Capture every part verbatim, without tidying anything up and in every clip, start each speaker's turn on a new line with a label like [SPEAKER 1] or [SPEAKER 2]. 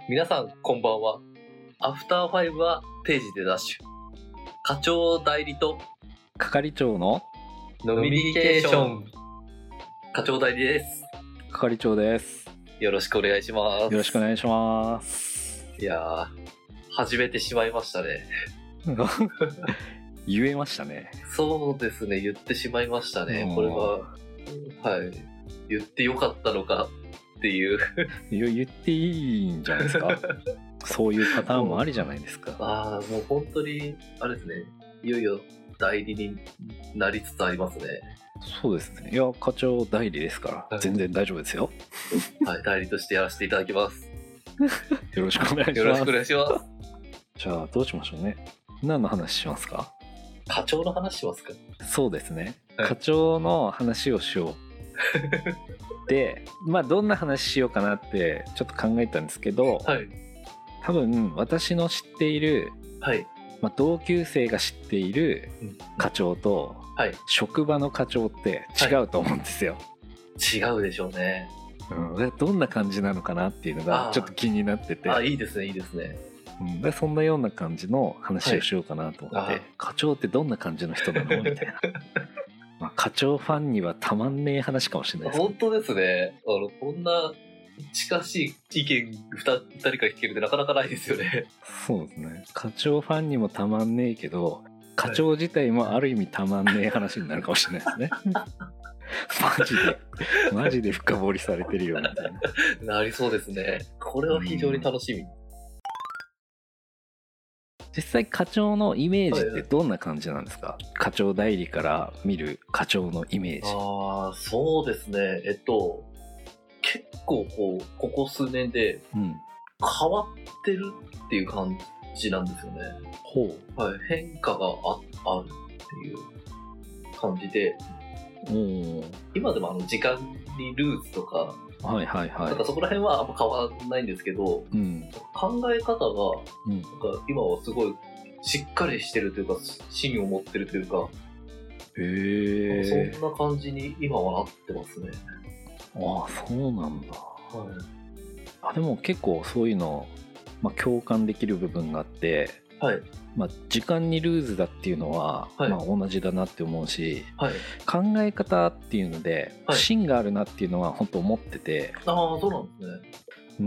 [SPEAKER 1] 皆さんこんばんは。アフターファイブは定時でダッシュ。課長代理と
[SPEAKER 2] 係長の
[SPEAKER 1] ノミニケーション。課長代理です。
[SPEAKER 2] 係長です。
[SPEAKER 1] よろしくお願いします。
[SPEAKER 2] よろしくお願いします。
[SPEAKER 1] いやー、始めてしまいましたね。
[SPEAKER 2] 言えましたね。
[SPEAKER 1] そうですね、言ってしまいましたね。これは、はい、言ってよかったのかっていう。
[SPEAKER 2] いや、言っていいんじゃないですか。そういうパターンもありじゃないですか。
[SPEAKER 1] ああ、もう本当に、あれですね、いよいよ代理になりつつありますね。
[SPEAKER 2] そうですね。いや、課長代理ですから、はい、全然大丈夫ですよ。
[SPEAKER 1] はい、代理としてやらせていただきます。
[SPEAKER 2] よろしくお願いします。
[SPEAKER 1] よろしくお願いします。
[SPEAKER 2] じゃあ、どうしましょうね。何の話しますか？
[SPEAKER 1] 課長の話しますか？
[SPEAKER 2] そうですね。
[SPEAKER 1] はい、
[SPEAKER 2] 課長の話をしよう。で、まあどんな話しようかなってちょっと考えたんですけど、
[SPEAKER 1] はい、
[SPEAKER 2] 多分私の知っている、
[SPEAKER 1] はい
[SPEAKER 2] まあ、同級生が知っている課長と、
[SPEAKER 1] はい、
[SPEAKER 2] 職場の課長って違うと思うんですよ。
[SPEAKER 1] はい、違うでしょうね。
[SPEAKER 2] うん、どんな感じなのかなっていうのがちょっと気になってて。
[SPEAKER 1] ああ、いいですね、いいですね。
[SPEAKER 2] うん、でそんなような感じの話をしようかなと思って、はい、課長ってどんな感じの人なのみたいな。まあ課長ファンにはたまんねえ話かもしれないです。
[SPEAKER 1] 本当ですね。あのこんな近しい意見 2, 2人から聞けるってなかなかないですよね。
[SPEAKER 2] そうですね。課長ファンにもたまんねえけど、課長自体もある意味たまんねえ話になるかもしれないですね。マジでマジで深掘りされてるよみたいな。
[SPEAKER 1] なりそうですね。これは非常に楽しみ。
[SPEAKER 2] 実際課長のイメージってどんな感じなんですか？はいはい、課長代理から見る課長のイメージ。
[SPEAKER 1] ああ、そうですね。えっと結構こうここ数年で変わってるっていう感じなんですよね。
[SPEAKER 2] ほ
[SPEAKER 1] う、はい、変化が あ, あるっていう感じで、
[SPEAKER 2] お
[SPEAKER 1] 今でもあの時間にルーズとか、
[SPEAKER 2] はいはいはい、
[SPEAKER 1] なんかそこら辺はあんま変わらないんですけど、うん、考え方がなんか今はすごいしっかりしてるというか、芯を持ってるというか、
[SPEAKER 2] へえ、
[SPEAKER 1] そんな感じに今はなってますね。
[SPEAKER 2] ああ、そうなんだ。
[SPEAKER 1] はい、
[SPEAKER 2] あ、でも結構そういうの、まあ、共感できる部分があって、
[SPEAKER 1] はい、
[SPEAKER 2] まあ、時間にルーズだっていうのは、はい、まあ、同じだなって思うし、はい、考え方っていうので、はい、芯があるなっていうのは本当思ってて。
[SPEAKER 1] ああ、そうなんですね。
[SPEAKER 2] うん、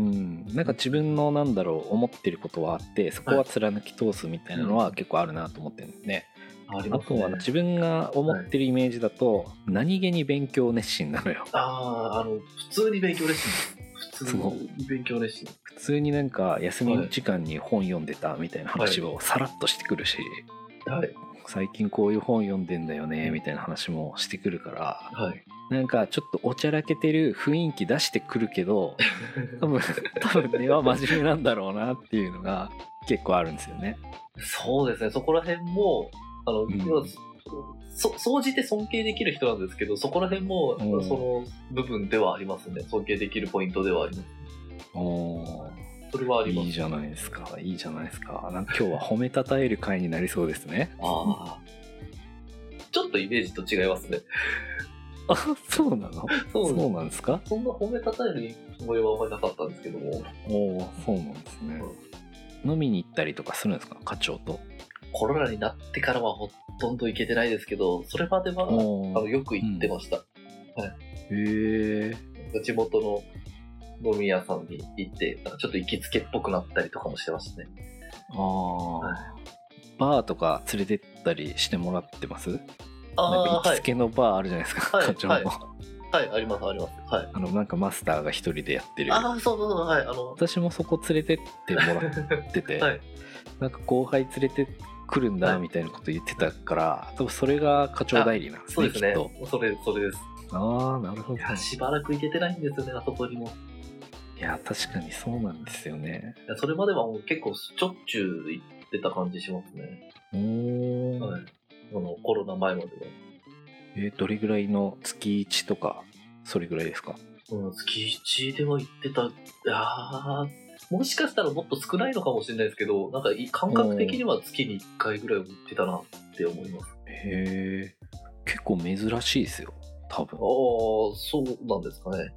[SPEAKER 2] なんか自分のなんだろう思ってることはあって、そこは貫き通すみたいなのは結構あるなと思ってるんですね。あ, あとは自分が思ってるイメージだと、はい、何気に勉強熱心なのよ。
[SPEAKER 1] ああ、あの普通に勉強熱心。普通に勉強熱心。
[SPEAKER 2] 普通になんか休み時間に本読んでたみたいな話をさらっとしてくるし、はい、最近こういう本読んでんだよねみたいな話もしてくるから、はい、なんかちょっとおちゃらけてる雰囲気出してくるけど、多分多分根は真面目なんだろうなっていうのが結構あるんですよね。
[SPEAKER 1] そうですね。そこら辺もあの、うん、そ総じて尊敬できる人なんですけど、そこら辺もその部分ではありますね。尊敬できるポイントではあります。
[SPEAKER 2] おー、
[SPEAKER 1] それはあります。
[SPEAKER 2] いいじゃないですか、いいじゃないですか。なんか今日は褒めたたえる回になりそうですね。
[SPEAKER 1] ああ、ちょっとイメージと違いますね。
[SPEAKER 2] あ、そうなの？そう、そうなんですか？
[SPEAKER 1] そんな褒めたたえるつもりはあんまりなかったんですけども。
[SPEAKER 2] おお、そうなんですね。うん、飲みに行ったりとかするんですか、課長と？
[SPEAKER 1] コロナになってからはほとんど行けてないですけど、それまではあのよく行ってました。うん、はい、
[SPEAKER 2] へえ。
[SPEAKER 1] 地元の飲み屋さんに行って、なんかちょっと行きつけっぽくなったりとかもしてましたね。
[SPEAKER 2] ああ、はい、バーとか連れてったりしてもらってます？
[SPEAKER 1] あ、
[SPEAKER 2] なんか行きつけのバーあるじゃないですか、
[SPEAKER 1] はい、
[SPEAKER 2] 課長も。
[SPEAKER 1] はいはい、ありますあります。はい。
[SPEAKER 2] あのなんかマスターが一人でやってる。
[SPEAKER 1] ああ、そうそうそう、はい。あの
[SPEAKER 2] 私もそこ連れてってもらってて、はい、なんか後輩連れて来るんだみたいなこと言ってたから、はい、多分それが課長代理なんですね。
[SPEAKER 1] そうですね。それそれです。
[SPEAKER 2] ああ、なるほど。い
[SPEAKER 1] や、しばらく行けてないんですよね、あそこにも。
[SPEAKER 2] いや、確かにそうなんですよね。
[SPEAKER 1] いや、それまではもう結構しょっちゅう行ってた感じしますね。
[SPEAKER 2] おー、
[SPEAKER 1] はい。あのコロナ前までは。
[SPEAKER 2] えー、どれぐらいの月いちとかそれぐらいですか？
[SPEAKER 1] うん、月いちでは行ってた。いやー、もしかしたらもっと少ないのかもしれないですけど、なんか感覚的には月にいっかいぐらいは行ってたなって思います。
[SPEAKER 2] へえ、結構珍しいですよ、多分。
[SPEAKER 1] ああ、そうなんですかね。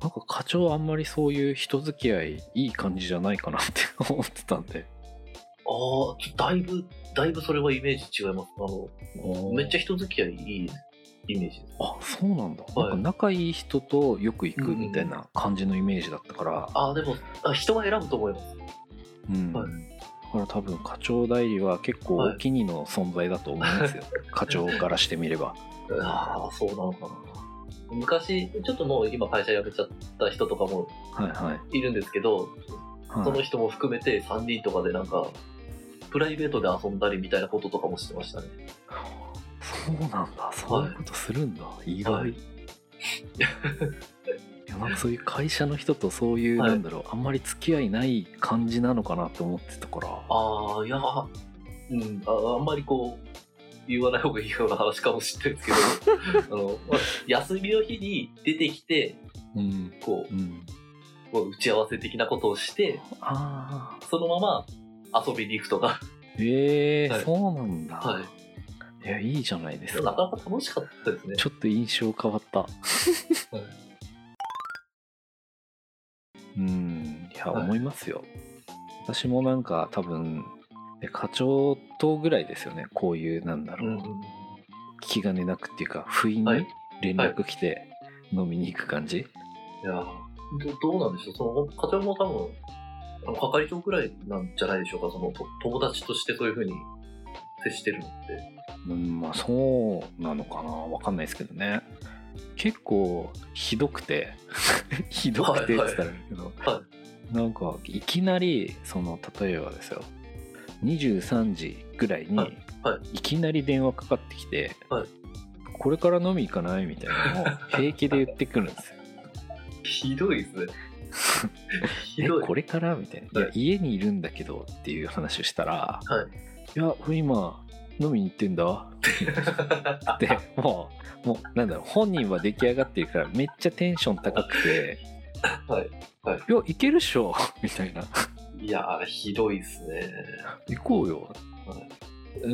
[SPEAKER 2] なんか課長あんまりそういう人付き合いいい感じじゃないかなって思ってたんで。
[SPEAKER 1] ああ、だいぶだいぶそれはイメージ違います。あのめっちゃ人付き合いいいイメージです。
[SPEAKER 2] あ、そうなんだ、はい、なんか仲いい人とよく行くみたいな感じのイメージだったから、うんうん、
[SPEAKER 1] ああでもあ人は選ぶと思います。
[SPEAKER 2] うん、はい、だから多分課長代理は結構お気に入りの存在だと思いますよ、はい、課長からしてみれば。
[SPEAKER 1] ああそうなのかな。昔ちょっともう今会社辞めちゃった人とかもいるんですけど、はいはい、その人も含めてさんにんとかでなんかプライベートで遊んだりみたいなこととかもしてましたね。
[SPEAKER 2] そうなんだ、そういうことするんだ、はい、意外。はい、いやなんかそういう会社の人とそういう、はい、なんだろう、あんまり付き合いない感じなのかなって思ってたから。
[SPEAKER 1] ああいやうん あ, あんまりこう言わない方がいいような話かもしれないですけどあの、まあ、休みの日に出てきて、うん、こう、うん、こう打ち合わせ的なことをしてあそのまま遊びに行くとか。
[SPEAKER 2] えーはい、そうなんだ、はい、いやいいじゃないですか。
[SPEAKER 1] なかなか楽しかったですね。
[SPEAKER 2] ちょっと印象変わった、はい、うんいや思いますよ、はい、私もなんか多分課長とぐらいですよね、こういうなんだろう、うんうん、気兼ねなくっていうか不意に連絡来て飲みに行く感じ、
[SPEAKER 1] はいはい、いや ど, どうなんでしょう。その課長も多分係長くらいなんじゃないでしょうか。その友達としてそういう風に接してるのって。
[SPEAKER 2] うんまあそうなのかな、分かんないですけどね。結構ひどくてひどくてって言ったらいいけど、はいはい、なんかいきなりその例えばですよにじゅうさんじぐらいにいきなり電話かかってきて、はいはい、これから飲み行かないみたいなのを平気で言ってくるんですよ。
[SPEAKER 1] ひどいですね
[SPEAKER 2] ひどい。えこれからみたいな、はい、いや家にいるんだけどっていう話をしたら、はい、いや今飲みに行ってんだってもうもうなんだろう、本人は出来上がってるからめっちゃテンション高くてはいはい、いやいけるっしょみたいな。
[SPEAKER 1] いやーひどいっすね。
[SPEAKER 2] 行こうよ、はい、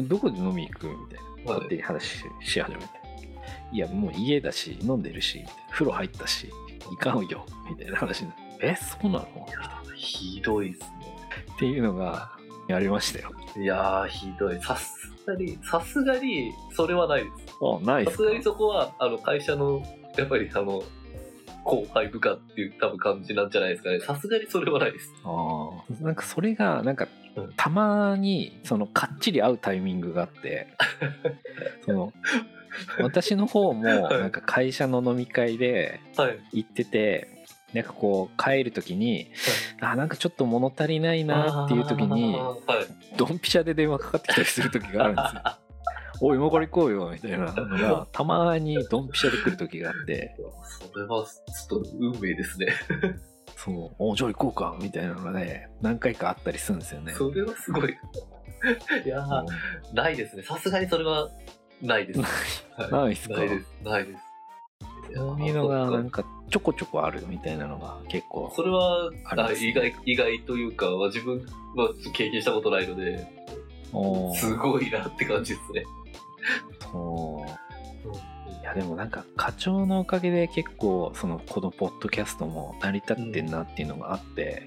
[SPEAKER 2] どこで飲み行くみたいな勝手に話 し, し始めて、いやもう家だし飲んでるし風呂入ったし行かんよみたいな話になって、えそうなのみたいな。
[SPEAKER 1] ひどいっすね
[SPEAKER 2] っていうのがやりましたよ。
[SPEAKER 1] いやーひどい。さすがにさすがにそれはないです。
[SPEAKER 2] あないですか。
[SPEAKER 1] さすがにそこはあの会社のやっぱりあの後輩部下っていう多分感じなんじゃないですかね。さすがにそれはないです。
[SPEAKER 2] ああ、なんかそれがなんかたまにそのかっちり会うタイミングがあってその私の方もなんか会社の飲み会で行ってて、なんかこう帰る時にあなんかちょっと物足りないなっていう時にドンピシャで電話かかってきたりする時があるんですよ。おい今から行こうよみたいなのがたまにドンピシャで来る時があって、
[SPEAKER 1] それはちょっと運命ですね。
[SPEAKER 2] そうおじゃあ行こうかみたいなのがね何回かあったりするんですよね。
[SPEAKER 1] それはすごい。いやー、うん、ないですね。さすがにそれはないです。
[SPEAKER 2] ないですか。
[SPEAKER 1] ないです。ないです。
[SPEAKER 2] そういうのがなんかちょこちょこあるみたいなのが結構
[SPEAKER 1] それは意外意外というか自分は経験したことないのですごいなって感じですね。
[SPEAKER 2] そう、いやでもなんか課長のおかげで結構そのこのポッドキャストも成り立ってんなっていうのがあって、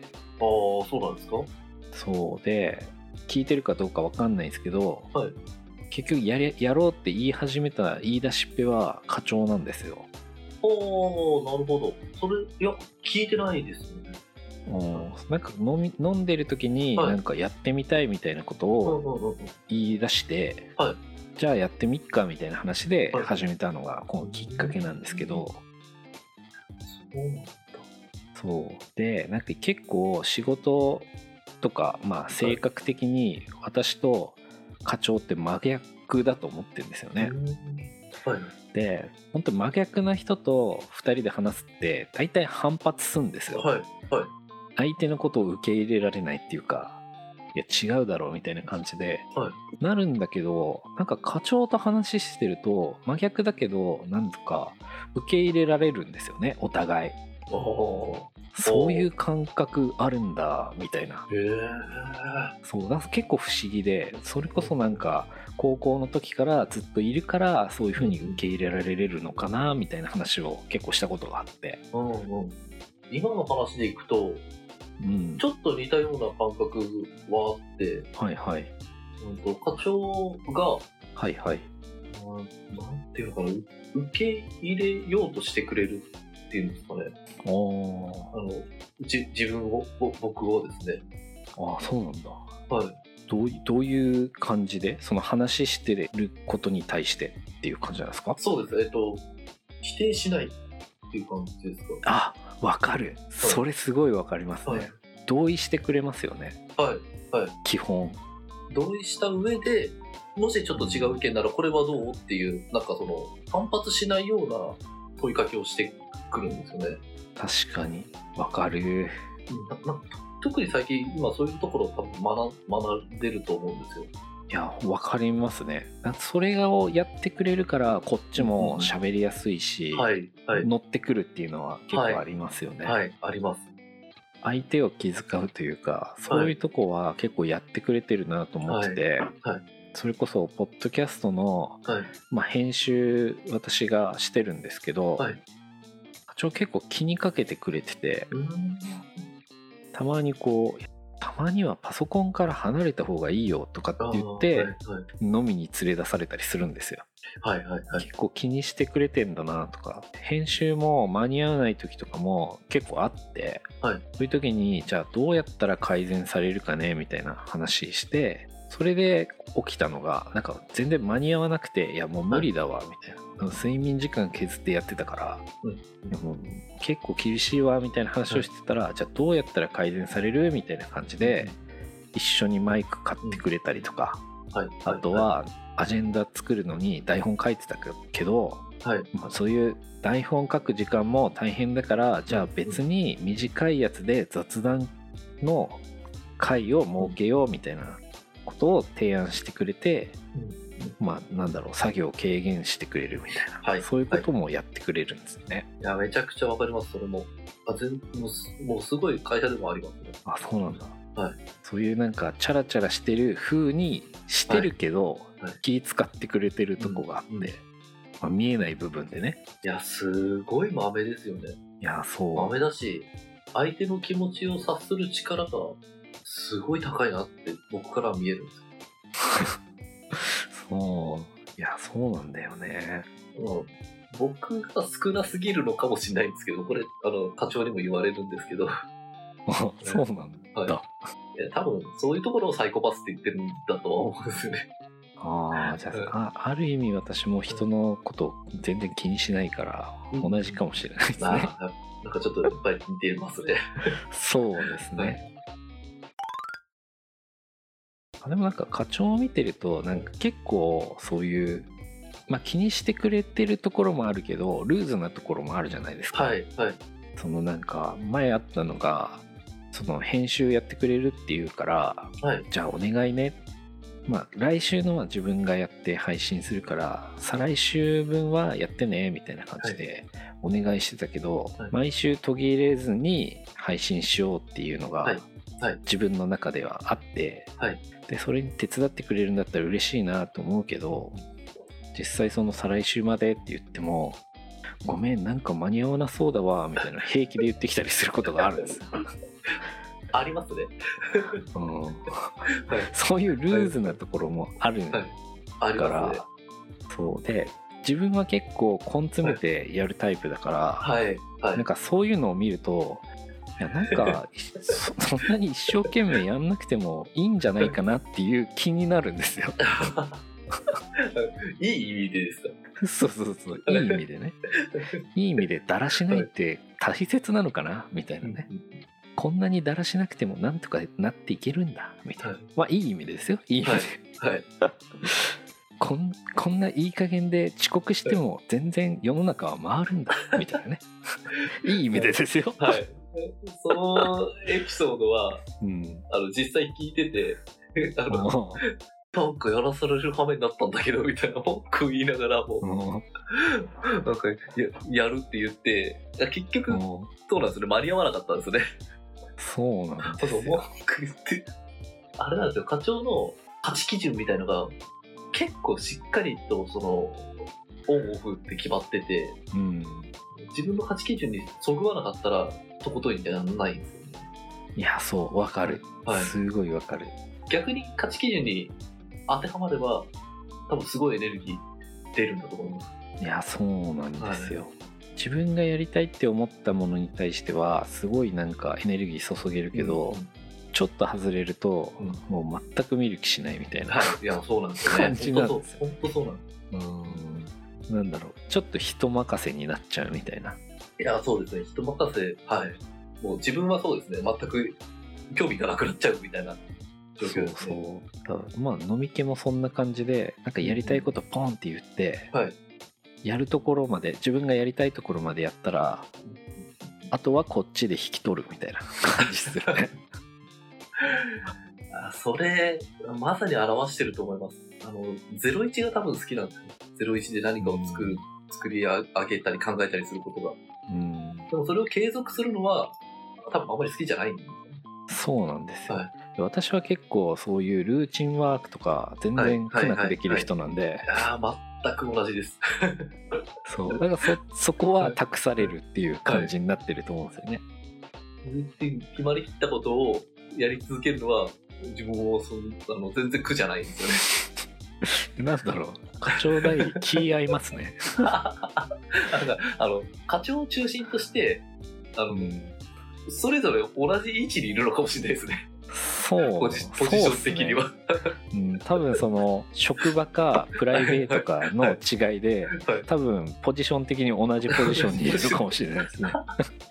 [SPEAKER 1] うん、ああそうなんですか。
[SPEAKER 2] そうで聞いてるかどうかわかんないですけど、はい、結局 や, りやろうって言い始めた言い出しっぺは課長なんですよ。
[SPEAKER 1] おーなるほど。それいや聞いてないですね。
[SPEAKER 2] なんか 飲, み飲んでる時になんかやってみたいみたいなことを言い出して、はいはい、じゃあやってみっかみたいな話で始めたのがこのきっかけなんですけど、はい、
[SPEAKER 1] そうなんだ。
[SPEAKER 2] そうでなんか結構仕事とか、まあ、性格的に私と課長って真逆だと思ってるんですよね。はい、で本当真逆な人とふたりで話すって大体反発するんですよ。はいはい、相手のことを受け入れられないっていうか、いや違うだろうみたいな感じで、はい、なるんだけどなんか課長と話してると真逆だけどなんとか受け入れられるんですよねお互い。 そういう感覚あるんだみたいな。
[SPEAKER 1] へー。
[SPEAKER 2] そうだ、結構不思議で、それこそなんか高校の時からずっといるからそういう風に受け入れられるのかなみたいな話を結構したことがあって、
[SPEAKER 1] うんうん、今の話でいくと、うん、ちょっと似たような感覚はあって、
[SPEAKER 2] はいはい、
[SPEAKER 1] うんと、課長が
[SPEAKER 2] はいはい、
[SPEAKER 1] なんていうのかな、受け入れようとしてくれるっていうんですかね。
[SPEAKER 2] あの
[SPEAKER 1] じ自分を僕をですね。
[SPEAKER 2] ああ、そうなんだ。
[SPEAKER 1] はい。
[SPEAKER 2] どうどういう感じでその話してることに対してっていう感じなんですか？
[SPEAKER 1] そうです。えっと否定しないっていう感じですか。
[SPEAKER 2] あ、わかる、はい、それすごいわかりますね、はい、同意してくれますよね。
[SPEAKER 1] はいはい。
[SPEAKER 2] 基本
[SPEAKER 1] 同意した上で、もしちょっと違う意見ならこれはどうっていう、なんかその反発しないような問いかけをしてくるんですよね。
[SPEAKER 2] 確かにわかる。
[SPEAKER 1] なな特に最近今そういうところを多分学学んでると思うんですよ。
[SPEAKER 2] いや、わかりますね。それをやってくれるからこっちも喋りやすいし、うん、はいはい、乗ってくるっていうのは結構ありますよね。
[SPEAKER 1] はい、はい、あります。
[SPEAKER 2] 相手を気遣うというか、そういうとこは結構やってくれてるなと思ってて、はいはい、それこそポッドキャストの、はい、まあ、編集私がしてるんですけど、はい、課長結構気にかけてくれてて、たまにこうたまにはパソコンから離れた方がいいよとかって言って、はいはい、飲みに連れ出されたりするんですよ。はいはいはい、結構気にしてくれてんだなとか、編集も間に合わない時とかも結構あって、はい、そういう時にじゃあどうやったら改善されるかねみたいな話して、それで起きたのがなんか全然間に合わなくて、いやもう無理だわみたいな、はい、睡眠時間削ってやってたから、うん、でも結構厳しいわみたいな話をしてたら、はい、じゃあどうやったら改善されるみたいな感じで、うん、一緒にマイク買ってくれたりとか、はい、あとはアジェンダ作るのに台本書いてたけど、はいまあ、そういう台本書く時間も大変だから、じゃあ別に短いやつで雑談の会を設けようみたいなことを提案してくれて、うん、まあなんだろう、作業を軽減してくれるみたいな、はい、そういうこともやってくれるんですよね。
[SPEAKER 1] いや、めちゃくちゃわかります。それもあ全もう、もうすごい会社でもありますね。
[SPEAKER 2] あ、そうなんだ。はい、そういうなんかチャラチャラしてる風にしてるけど、はいはい、気使ってくれてるとこがあって、うんうん、まあ、見えない部分でね。
[SPEAKER 1] いや、すごい豆ですよね。
[SPEAKER 2] いや、そう
[SPEAKER 1] 豆だし、相手の気持ちを察する力がすごい高いなって僕からは見えるんですよ。
[SPEAKER 2] そう、いや、そうなんだよね。
[SPEAKER 1] うん、僕が少なすぎるのかもしれないんですけど、これあの課長にも言われるんですけど。
[SPEAKER 2] あ、そうなんだ。はい、
[SPEAKER 1] いや、多分そういうところをサイコパスって言ってるんだとは思うんですよね。
[SPEAKER 2] ああ、じゃあ、あ、ある意味私も人のこと全然気にしないから同じかもしれないですね。うん、
[SPEAKER 1] あ、なんかちょっとやっぱり似てますね。
[SPEAKER 2] そうですね。はい、でもなんか課長を見てるとなんか結構そういう、まあ、気にしてくれてるところもあるけどルーズなところもあるじゃないですか。はいはい。そのなんか前あったのが、その編集やってくれるっていうから、はい、じゃあお願いね、まあ来週のは自分がやって配信するから再来週分はやってねみたいな感じでお願いしてたけど、はい、毎週途切れずに配信しようっていうのが、はいはい、自分の中ではあって、はい、でそれに手伝ってくれるんだったら嬉しいなと思うけど、実際その再来週までって言ってもごめんなんか間に合わなそうだわみたいな平気で言ってきたりすることがあるんですよ。
[SPEAKER 1] ありますね。
[SPEAKER 2] うん、はい、そういうルーズなところもあるから、はいはい、ありますね。そうで自分は結構根詰めてやるタイプだから、はいはい、なんかそういうのを見ると、いやなんか そ, そんなに一生懸命やんなくてもいいんじゃないかなっていう気になるんですよ。
[SPEAKER 1] いい意味でですか？
[SPEAKER 2] そうそうそう、いい意味でね。いい意味でだらしないって大切なのかなみたいなね。こんなにだらしなくてもなんとかなっていけるんだみたいな。はい、まあいい意味ですよ。いい意味で。はいはい、こんこんないい加減で遅刻しても全然世の中は回るんだみたいなね。いい意味でですよ。はい。
[SPEAKER 1] そのエピソードは、うん、あの実際聞いててあのなんかやらされる羽目になったんだけどみたいな文句を言いながらも、うん、なんか や, やるって言って結局、うん、そうなんですね、間に合わなかったんですね。
[SPEAKER 2] そうなんですよ。
[SPEAKER 1] 文句言ってあれなんですよ、課長の価値基準みたいのが結構しっかりとそのオンオフって決まってて、うん、自分の価値基準にそぐわなかったらとことんみたいなのないんですよね。
[SPEAKER 2] いや、そうわかる、はい、すごいわかる。
[SPEAKER 1] 逆に価値基準に当てはまれば多分すごいエネルギー出るんだと思います。
[SPEAKER 2] いや、そうなんですよ、はい、自分がやりたいって思ったものに対してはすごいなんかエネルギー注げるけど、うん、ちょっと外れると、うん、もう全く見る気しないみたいな、
[SPEAKER 1] はい、いやそうなんですよね。
[SPEAKER 2] 感じなんですよ。
[SPEAKER 1] 本当そうなんです。
[SPEAKER 2] うん、なんだろう、ちょっと人任せになっちゃうみたいな。
[SPEAKER 1] いや、そうですね、人任せ、はい、もう自分はそうですね、全く興味がなくなっちゃうみたいな状況ですね。
[SPEAKER 2] そうそう、まあ飲み気もそんな感じで、なんかやりたいことポンって言って、うん、はい、やるところまで、自分がやりたいところまでやったら、あとはこっちで引き取るみたいな感じですよね。
[SPEAKER 1] あ、それまさに表してると思います。あのゼロイチが多分好きなんですよ。ゼロイチで何かを作る、うん、作り上げたり考えたりすることが、うん、でもそれを継続するのは多分あんまり好きじゃないんですよね。
[SPEAKER 2] そうなんですよ、はい、私は結構そういうルーチンワークとか全然苦なくできる人なんで、
[SPEAKER 1] ああ全く同じです。
[SPEAKER 2] そうだから そ, そこは託されるっていう感じになってると思うんですよね。
[SPEAKER 1] はい、決まりきったことをやり続けるのは自分もそあの全然苦じゃないんですよ
[SPEAKER 2] ね。なんだろう、課長代理気合いますね。
[SPEAKER 1] なんかあの課長を中心としてあの、うん、それぞれ同じ位置にいるのかもしれないですね。
[SPEAKER 2] そう
[SPEAKER 1] ポジ、ポジション的には、ね、
[SPEAKER 2] うん、多分その職場かプライベートかの違いで、はいはい、多分ポジション的に同じポジションにいるかもしれないですね。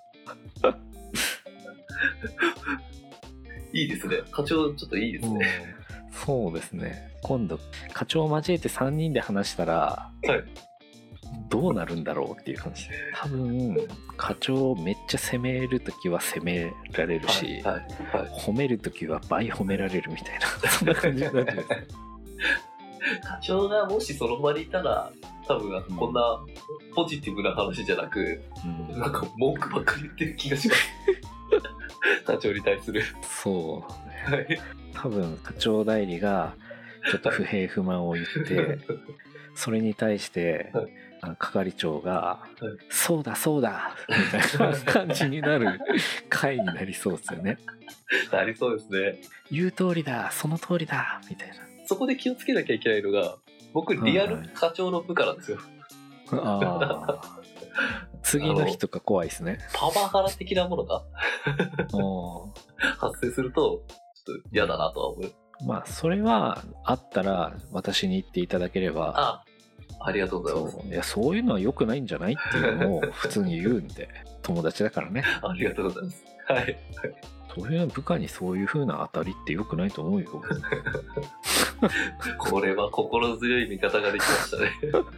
[SPEAKER 1] いいですね、課長ちょっといいですね、
[SPEAKER 2] うん、そうですね。今度課長を交えてさんにんで話したら、はい、どうなるんだろうっていう感じで、多分課長めっちゃ責めるときは責められるし、はいはいはい、褒めるときは倍褒められるみたいな、そんな感じになってます。
[SPEAKER 1] 課長がもしその場にいたら多分こんなポジティブな話じゃなく、うん、なんか文句ばっかり言ってる気がします。課長に対する。
[SPEAKER 2] そうね、はい、多分課長代理がちょっと不平不満を言ってそれに対して係長が、はい、そうだそうだみたいな感じになる回になりそうですよね。
[SPEAKER 1] なりそうですね。
[SPEAKER 2] 言う通りだ、その通りだみたいな。
[SPEAKER 1] そこで気をつけなきゃいけないのが、僕リアル課長の部下なんですよ。
[SPEAKER 2] はいはい、あ次の日とか怖いですね。
[SPEAKER 1] パワハラ的なものが発生するとちょっと嫌だなとは思う。
[SPEAKER 2] まあそれはあったら私に言っていただければ、
[SPEAKER 1] あありがとうございます。
[SPEAKER 2] そう、いやそういうのは良くないんじゃないっていうのを普通に言うんで友達だからね。
[SPEAKER 1] ありがとうございます。はい、はい、
[SPEAKER 2] そういう部下にそういう風な当たりって良くないと思うよ。
[SPEAKER 1] これは心強い味方ができましたね。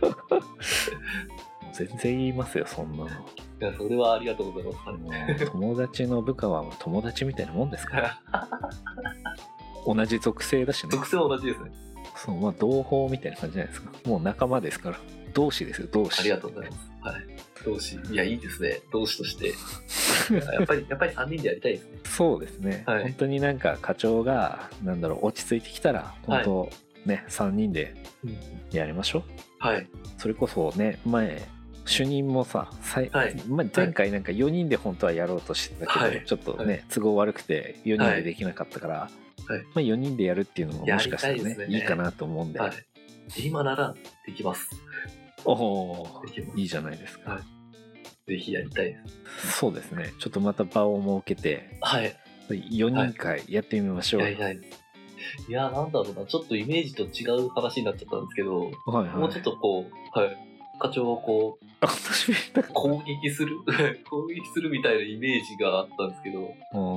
[SPEAKER 2] 全然言いますよそんなの。い
[SPEAKER 1] やそれはありがとうございます。
[SPEAKER 2] 友達の部下は友達みたいなもんですから。同じ属性だしね。
[SPEAKER 1] 属性は同じですね。
[SPEAKER 2] そう、まあ同胞みたいな感じじゃないですか。もう仲間ですから。同志ですよ、同志。
[SPEAKER 1] ありがとうございます。はい。同志。いやいいですね。同志として。やっぱりやっぱりさんにんでやりたいですね。
[SPEAKER 2] そうですね。はい、本当になんか課長がなんだろう落ち着いてきたら本当、はい、ねさんにんでやりましょう。はい。それこそね前。主任もさ、はい、まあ、前回なんかよにんで本当はやろうとしてたけど、はい、ちょっとね、はい、都合悪くてよにんでできなかったから、はいまあ、よにんでやるっていうのももしかしたら ね, ねいいかなと思うんで、はい、
[SPEAKER 1] 今ならできます。
[SPEAKER 2] おおいいじゃないですか、はい、
[SPEAKER 1] ぜひやりたいです。
[SPEAKER 2] そうですね、ちょっとまた場を設けて、はい、よにん会やってみましょう。はい、やりたいです。
[SPEAKER 1] いやなんだろうな、ちょっとイメージと違う話になっちゃったんですけど、はいはい、もうちょっとこう、はい課長をこう攻撃する攻撃するみたいなイメージがあったんですけど、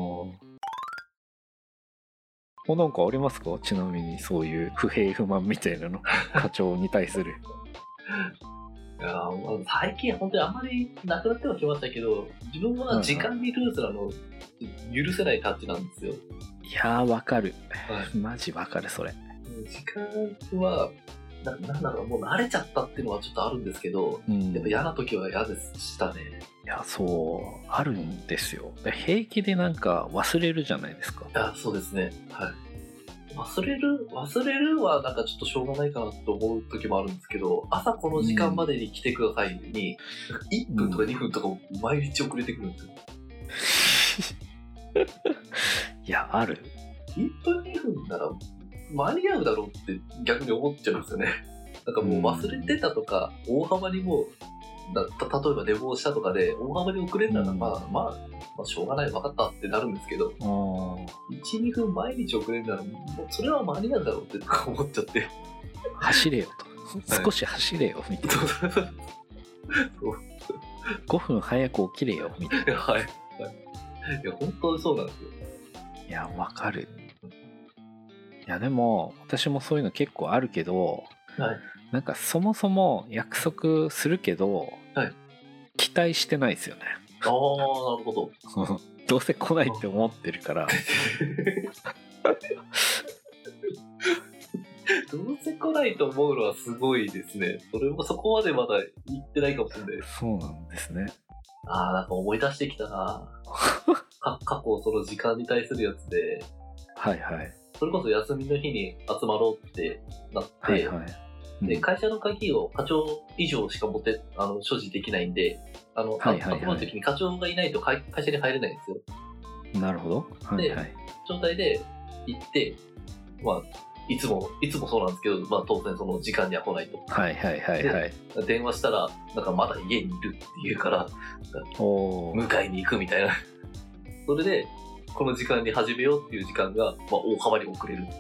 [SPEAKER 2] あなんかありますか？ちなみにそういう不平不満みたいなの課長に対する。
[SPEAKER 1] いや最近本当にあんまりなくなってはきましたけど、自分は時間にルーズなの許せないタッチなんですよ。
[SPEAKER 2] いやーわかる、はい、マジわかるそれ。
[SPEAKER 1] 時間はな、なんだろう、もう慣れちゃったっていうのはちょっとあるんですけど、うん、やっぱ嫌な時は嫌でしたね。
[SPEAKER 2] いや、そうあるんですよ。平気でなんか忘れるじゃないですか。
[SPEAKER 1] いや、そうですね。はい。忘れる忘れるはなんかちょっとしょうがないかなと思う時もあるんですけど、朝この時間までに来てくださいに、うん、いっぷんとかにふんとか毎日遅れてくるんですよ。
[SPEAKER 2] いや、ある。
[SPEAKER 1] いっぷんにふんなら間に合うだろうって逆に思っちゃうんですよね。なんかもう忘れてたとか、うん、大幅にもうだた例えば寝坊したとかで大幅に遅れるなら、うん、まあまあまあしょうがない分かったってなるんですけど、いち、にふん毎日遅れるならもうそれは間に合うだろうって思っちゃって、
[SPEAKER 2] 走れよと、少し走れよみたいな、はい、ごふん早く起きれよみたいな。
[SPEAKER 1] はい、はい、いや本当にそうなんですよ。
[SPEAKER 2] いや分かる。いやでも私もそういうの結構あるけど、はい、なんかそもそも約束するけど、はい、期待してないですよね。
[SPEAKER 1] ああ、なるほど。
[SPEAKER 2] どうせ来ないって思ってるから
[SPEAKER 1] どうせ来ないと思うのはすごいですね。それもそこまでまだ言ってないかもしれないです。
[SPEAKER 2] そうなんですね。
[SPEAKER 1] ああ、なんか思い出してきたなか過去その時間に対するやつで、
[SPEAKER 2] はいはい、
[SPEAKER 1] それこそ休みの日に集まろうってなって、はいはい、うん、で会社の鍵を課長以上しか持ってあの所持できないんで、あの、はいはいはい、集まる時に課長がいないと会社に入れないんですよ。
[SPEAKER 2] なるほど。はいはい、
[SPEAKER 1] で状態で行って、まあいつもいつもそうなんですけど、まあ当然その時間には来ないと。
[SPEAKER 2] はいはいはいはい。
[SPEAKER 1] 電話したらなんかまだ家にいるって言うから迎えに行くみたいな。それでこの時間に始めようっていう時間が、まあ、大幅に遅れるっていう。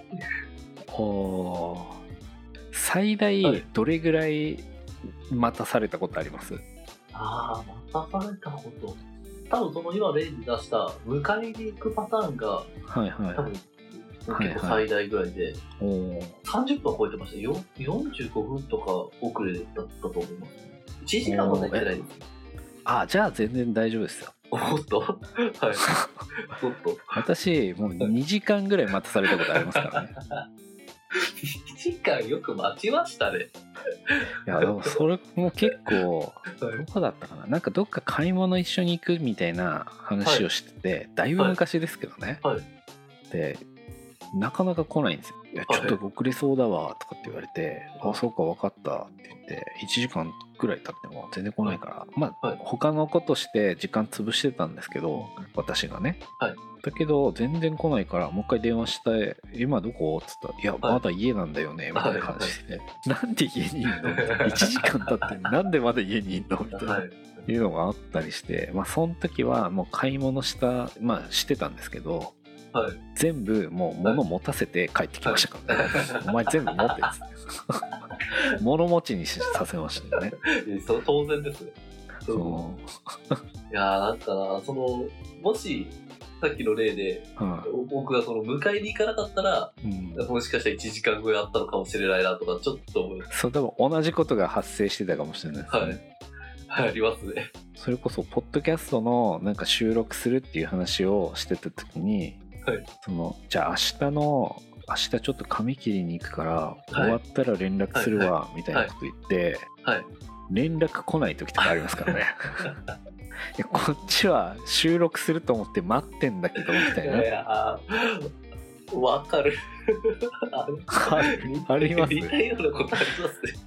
[SPEAKER 2] お最大どれぐらい待たされたことあります？はい、
[SPEAKER 1] ああ、待たされたこと。多分その今例に出した迎えに行くパターンが、はいはい、多分結構最大ぐらいで、はいはい、さんじゅっぷんは超えてました。よんじゅうごふんとか遅れだったと思います。いちじかんは出てないです。
[SPEAKER 2] あ、じゃあ全然大丈夫ですよ。
[SPEAKER 1] おっとはい。おっと
[SPEAKER 2] 私もうにじかんぐらい待たされたことありますからね。
[SPEAKER 1] にじかんよく待ちましたね。
[SPEAKER 2] いやでもそれも結構どこだったかな、なんかどっか買い物一緒に行くみたいな話をしてて、はい、だいぶ昔ですけどね、はいはい、でなかなか来ないんですよ。いやちょっと遅れそうだわとかって言われて、はい、あそうか分かったって言っていちじかんくらい経っても全然来ないから、まあ、はい、他のことして時間潰してたんですけど私がね、はい、だけど全然来ないからもう一回電話して「今どこ?」っつったら「いやまだ家なんだよね」みたいな感じで「なんで家にいんの?」いちじかん経ってなんでまだ家にいんのみたいな、はい、いうのがあったりして、まあその時はもう買い物したまあしてたんですけど、はい、全部もう物持たせて帰ってきましたからね、はい、お前全部持ってっつって物持ちにさせましたよね。
[SPEAKER 1] そ当然ですね。そういやーなんかな、そのもしさっきの例で、はい、僕がその迎えに行かなかったら、うん、もしかしたらいちじかんごあったのかもしれないなとかちょっと思います。
[SPEAKER 2] そう多分同じことが発生してたかもしれないですね。はい、
[SPEAKER 1] はい、ありますね。
[SPEAKER 2] それこそポッドキャストのなんか収録するっていう話をしてた時に、はい、そのじゃあ明日の明日ちょっと髪切りに行くから、はい、終わったら連絡するわ、はい、みたいなこと言って、はいはい、連絡来ない時とかありますからね。いやこっちは収録すると思って待ってんだけどみたいな。いや
[SPEAKER 1] わかる。
[SPEAKER 2] ああります。
[SPEAKER 1] 似たようなことありますね。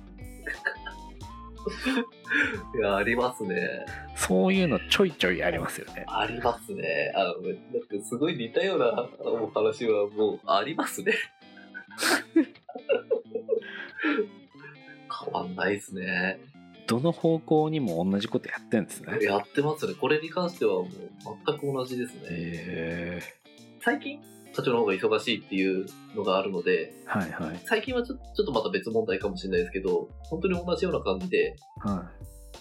[SPEAKER 1] いやありますね。
[SPEAKER 2] そういうのちょいちょいありますよね。
[SPEAKER 1] ありますね。あのだってすごい似たようなお話はもうありますね。変わんないですね。
[SPEAKER 2] どの方向にも同じことやってるんですね。
[SPEAKER 1] やってますね。これに関してはもう全く同じですね。
[SPEAKER 2] へ
[SPEAKER 1] ー最近社長の方が忙しいっていうのがあるので、はいはい、最近はちょ、ちょっとまた別問題かもしれないですけど、本当に同じような感じで、はい、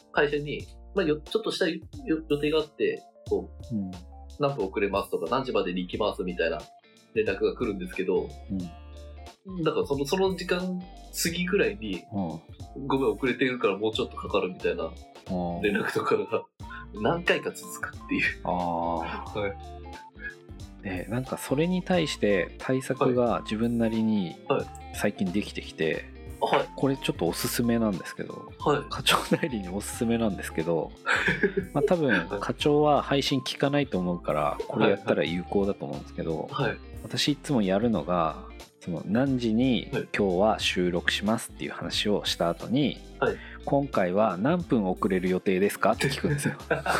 [SPEAKER 1] 会社に、まあ、よちょっとした予定があってこう、うん、何分遅れますとか何時までに行きますみたいな連絡が来るんですけど、うん、だからその、その時間過ぎぐらいに、うん、ごめん遅れてるからもうちょっとかかるみたいな連絡とかが何回か続くっていう。あ、はい、
[SPEAKER 2] でなんかそれに対して対策が自分なりに最近できてきて、はい、これちょっとおすすめなんですけど、はい、課長代理におすすめなんですけどまあ多分課長は配信聞かないと思うからこれやったら有効だと思うんですけど、はいはい、私いつもやるのがその何時に今日は収録しますっていう話をした後に、はい、今回は何分遅れる予定ですかって聞くんですよ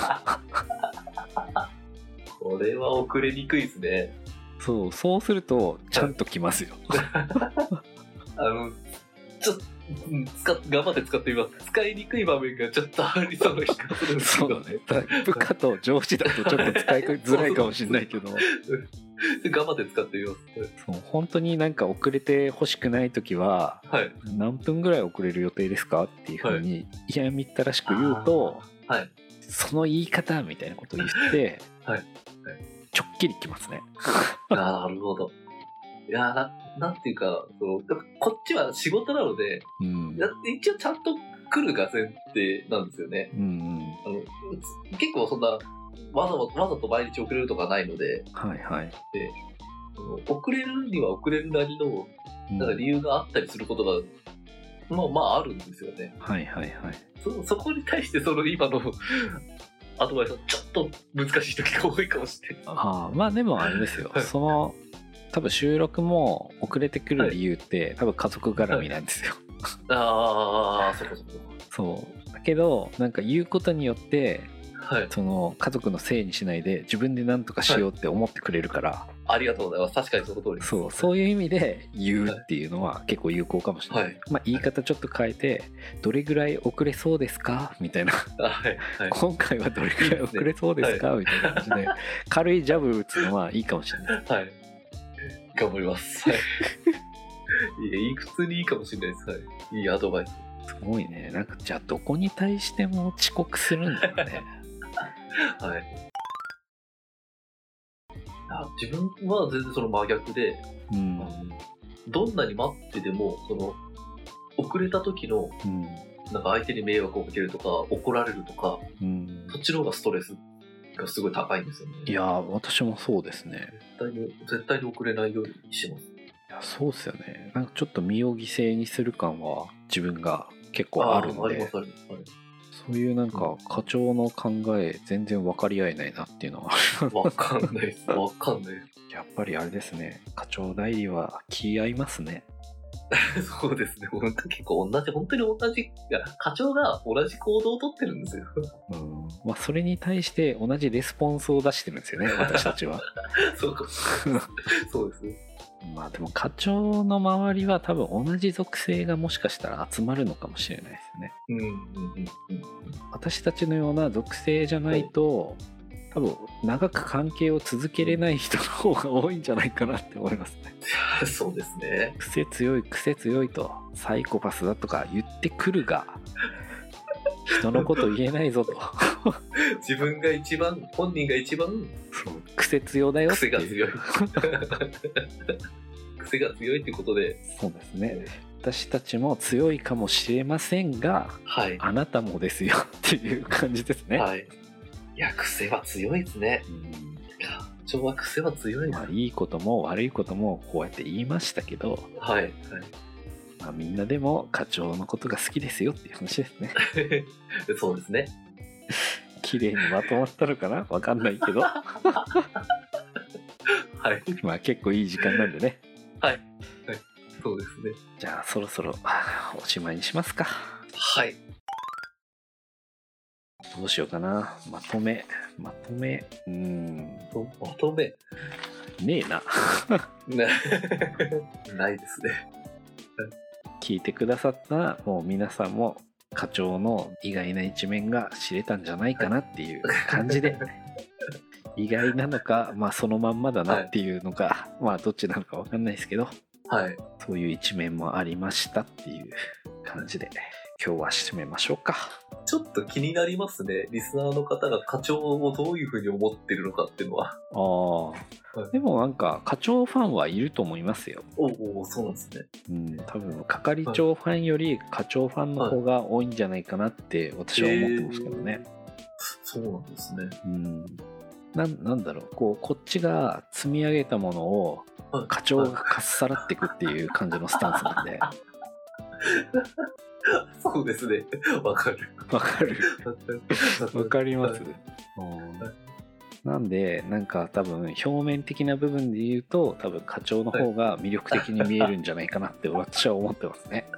[SPEAKER 1] これは遅れにくいですね。
[SPEAKER 2] そうそうするとちゃんと来ますよ
[SPEAKER 1] あのちょっと使っ頑張って使ってみます。使いにくい場面がちょっとありそうな気がするんですけど、そう
[SPEAKER 2] だね、部下と上司だとちょっと使いづらいかもしれないけど
[SPEAKER 1] 頑張って使ってみます。
[SPEAKER 2] そう本当になんか遅れてほしくない時は、はい、何分ぐらい遅れる予定ですかっていうふうに嫌みったらしく言うと、はい、その言い方みたいなことを言って、はいはい、ちょっきりきますね
[SPEAKER 1] なるほど。いや な, なんていうかそのこっちは仕事なので、うん、一応ちゃんと来るが前提なんですよね、うんうん、あの結構そんなわざわざと毎日遅れるとかないので、はいはい、で遅れるには遅れるなりのなんか理由があったりすることが、うん、まあまああるんですよね。はいはいはい。そ, そこに対してその今のアドバイスはちょっと難しい時が多いかもしれない。
[SPEAKER 2] あまあでもあれですよ、はい、その多分収録も遅れてくる理由って、はい、多分家族絡みなんですよ、
[SPEAKER 1] はい、ああそうかそうか
[SPEAKER 2] そうだけどなんか言うことによって、はい、その家族のせいにしないで自分で何とかしようって思ってくれるから、はい、
[SPEAKER 1] ありがとうございます。確かにその通りです。
[SPEAKER 2] そうそういう意味で言うっていうのは結構有効かもしれない、はい、まあ、言い方ちょっと変えてどれぐらい遅れそうですかみたいな、はいはい、今回はどれぐらい遅れそうですか、はい、みたいな感じで軽いジャブ打つのはいいかもしれない、はい、
[SPEAKER 1] 頑張ります。はい。いや、普通にいいかもしれないです。はい。いいアドバイス。
[SPEAKER 2] すごいね。なんかじゃあどこに対しても遅刻するんだろうね。はい。
[SPEAKER 1] 自分は全然その真逆で、うん、どんなに待ってでもその遅れた時の、うん、なんか相手に迷惑をかけるとか怒られるとか、うん、そっちの方がストレスがすごい高いんですよね。
[SPEAKER 2] いや私もそうですね。
[SPEAKER 1] 絶対に絶対に遅れないようにします。
[SPEAKER 2] いやそうですよね。なんかちょっと身を犠牲にする感は自分が結構あるので、あありますあります、はい、そういうなんか課長の考え全然分かり合えないなっていうのは
[SPEAKER 1] 分かんないです分かんないです。
[SPEAKER 2] やっぱりあれですね、課長代理は気合いますね。
[SPEAKER 1] そうですね。本当結構同じ、本当に同じ、いや、課長が同じ行動をとってるんですよ。
[SPEAKER 2] うん。まあ、それに対して同じレスポンスを出してるんですよね、私たちは。
[SPEAKER 1] そうか。そうですね。
[SPEAKER 2] まあでも課長の周りは多分同じ属性がもしかしたら集まるのかもしれないですね。うんうんうんうん。私たちのような属性じゃないと、はい、多分長く関係を続けれない人の方が多いんじゃないかなって思いますね。
[SPEAKER 1] そうですね。
[SPEAKER 2] 癖強い癖強いとサイコパスだとか言ってくるが人のこと言えないぞと
[SPEAKER 1] 自分が一番本人が一番
[SPEAKER 2] そう癖強だよっていう
[SPEAKER 1] 癖が強い癖が強いってことで。
[SPEAKER 2] そうですね。私たちも強いかもしれませんが、はい、あなたもですよっていう感じですね。はい。
[SPEAKER 1] いや癖は強いですね。課長は癖は強いです、
[SPEAKER 2] まあ、いいことも悪いこともこうやって言いましたけど、はい、はい、まあ、みんなでも課長のことが好きですよっていう話ですね。
[SPEAKER 1] そうですね。
[SPEAKER 2] 綺麗にまとまったのかなわかんないけどはい、まあ結構いい時間なんでね。
[SPEAKER 1] はい、はい、そうですね。
[SPEAKER 2] じゃあそろそろおしまいにしますか。
[SPEAKER 1] はい。
[SPEAKER 2] どうしようかな。まとめまとめうーん
[SPEAKER 1] まとめ
[SPEAKER 2] ねえな
[SPEAKER 1] ないですね。
[SPEAKER 2] 聞いてくださったもう皆さんも課長の意外な一面が知れたんじゃないかなっていう感じで意外なのか、まあそのまんまだなっていうのか、はい、まあどっちなのか分かんないですけど、はい、そういう一面もありましたっていう感じで今日は締めましょうか。
[SPEAKER 1] ちょっと気になりますね。リスナーの方が課長をどういうふうに思ってるのかっていうのは。あ
[SPEAKER 2] あ、はい、でもなんか課長ファンはいると思いますよ。
[SPEAKER 1] おお、そうなんですね。
[SPEAKER 2] うん、多分係長ファンより課長ファンの方が多いんじゃないかなって私は思ってますけどね。
[SPEAKER 1] はい、そうなんですね。うん。
[SPEAKER 2] な, なんだろうこうこっちが積み上げたものを課長がかっさらっていくっていう感じのスタンスなんで
[SPEAKER 1] そうですね。わかる。
[SPEAKER 2] わかる。わかります。なんでなんか多分表面的な部分で言うと多分課長の方が魅力的に見えるんじゃないかなって私は思ってますね。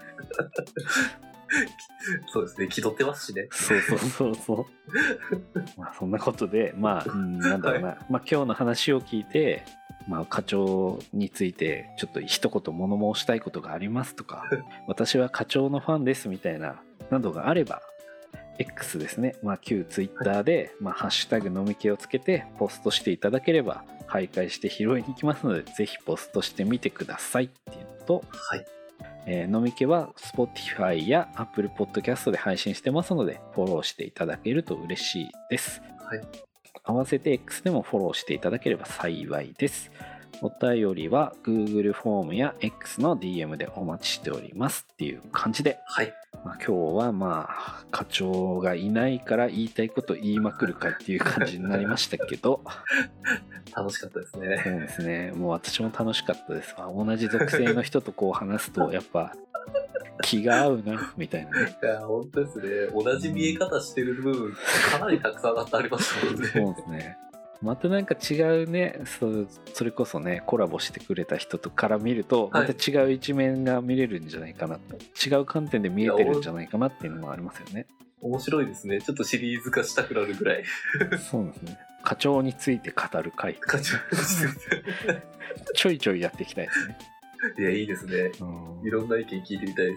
[SPEAKER 1] そうですね。気取ってますしね。
[SPEAKER 2] そうそうそうそう。まあそんなことでまあ、うん、なんだろうな、はい、まあ今日の話を聞いて。まあ、課長についてちょっと一言物申したいことがありますとか私は課長のファンですみたいななどがあれば X ですね、まあ、旧 Twitter で、まあ、ハッシュタグ飲み気をつけてポストしていただければ徘徊して拾いに行きますのでぜひポストしてみてくださいっていうのと、
[SPEAKER 1] はい
[SPEAKER 2] えー、飲み気は Spotify や Apple Podcast で配信してますのでフォローしていただけると嬉しいです。
[SPEAKER 1] はい
[SPEAKER 2] 合わせて X でもフォローしていただければ幸いです。お便りは Google フォームや X の ディーエム でお待ちしておりますっていう感じで、
[SPEAKER 1] はい
[SPEAKER 2] まあ、今日はまあ課長がいないから言いたいこと言いまくるかっていう感じになりましたけど
[SPEAKER 1] 楽しかったですね。
[SPEAKER 2] そうですね。もう私も楽しかったです。同じ属性の人とこう話すとやっぱ気が合うなみたいなね。
[SPEAKER 1] いや本当ですね。同じ見え方してる部分かなりたくさんありましたもんね。
[SPEAKER 2] そうですね。またなんか違うね そ, それこそねコラボしてくれた人とから見るとまた違う一面が見れるんじゃないかな、はい、違う観点で見えてるんじゃないかなっていうのもありますよね。
[SPEAKER 1] 面白いですね。ちょっとシリーズ化したくなるぐらい
[SPEAKER 2] そうですね。課長について語る回
[SPEAKER 1] 課長について
[SPEAKER 2] ちょいちょいやっていきたいですね。
[SPEAKER 1] いやいいですね。いろんな意見聞いてみたいです。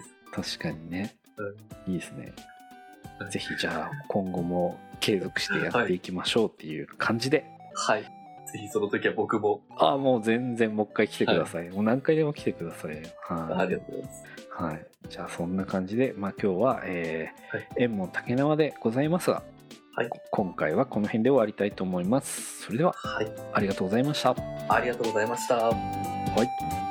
[SPEAKER 2] 確かにね、うん、いいですね。ぜひじゃあ今後も継続してやっていきましょうっていう感じで、
[SPEAKER 1] はい、はい、ぜひその時は僕も
[SPEAKER 2] ああもう全然もう一回来てください、はい、もう何回でも来てください。
[SPEAKER 1] はい、ありがとうございます。
[SPEAKER 2] はい、じゃあそんな感じで、まあ、今日は、えーはい、縁も竹縄でございますが、はい、今回はこの辺で終わりたいと思います。それでは、はい、ありがとうございました。
[SPEAKER 1] ありがとうございました。
[SPEAKER 2] はい。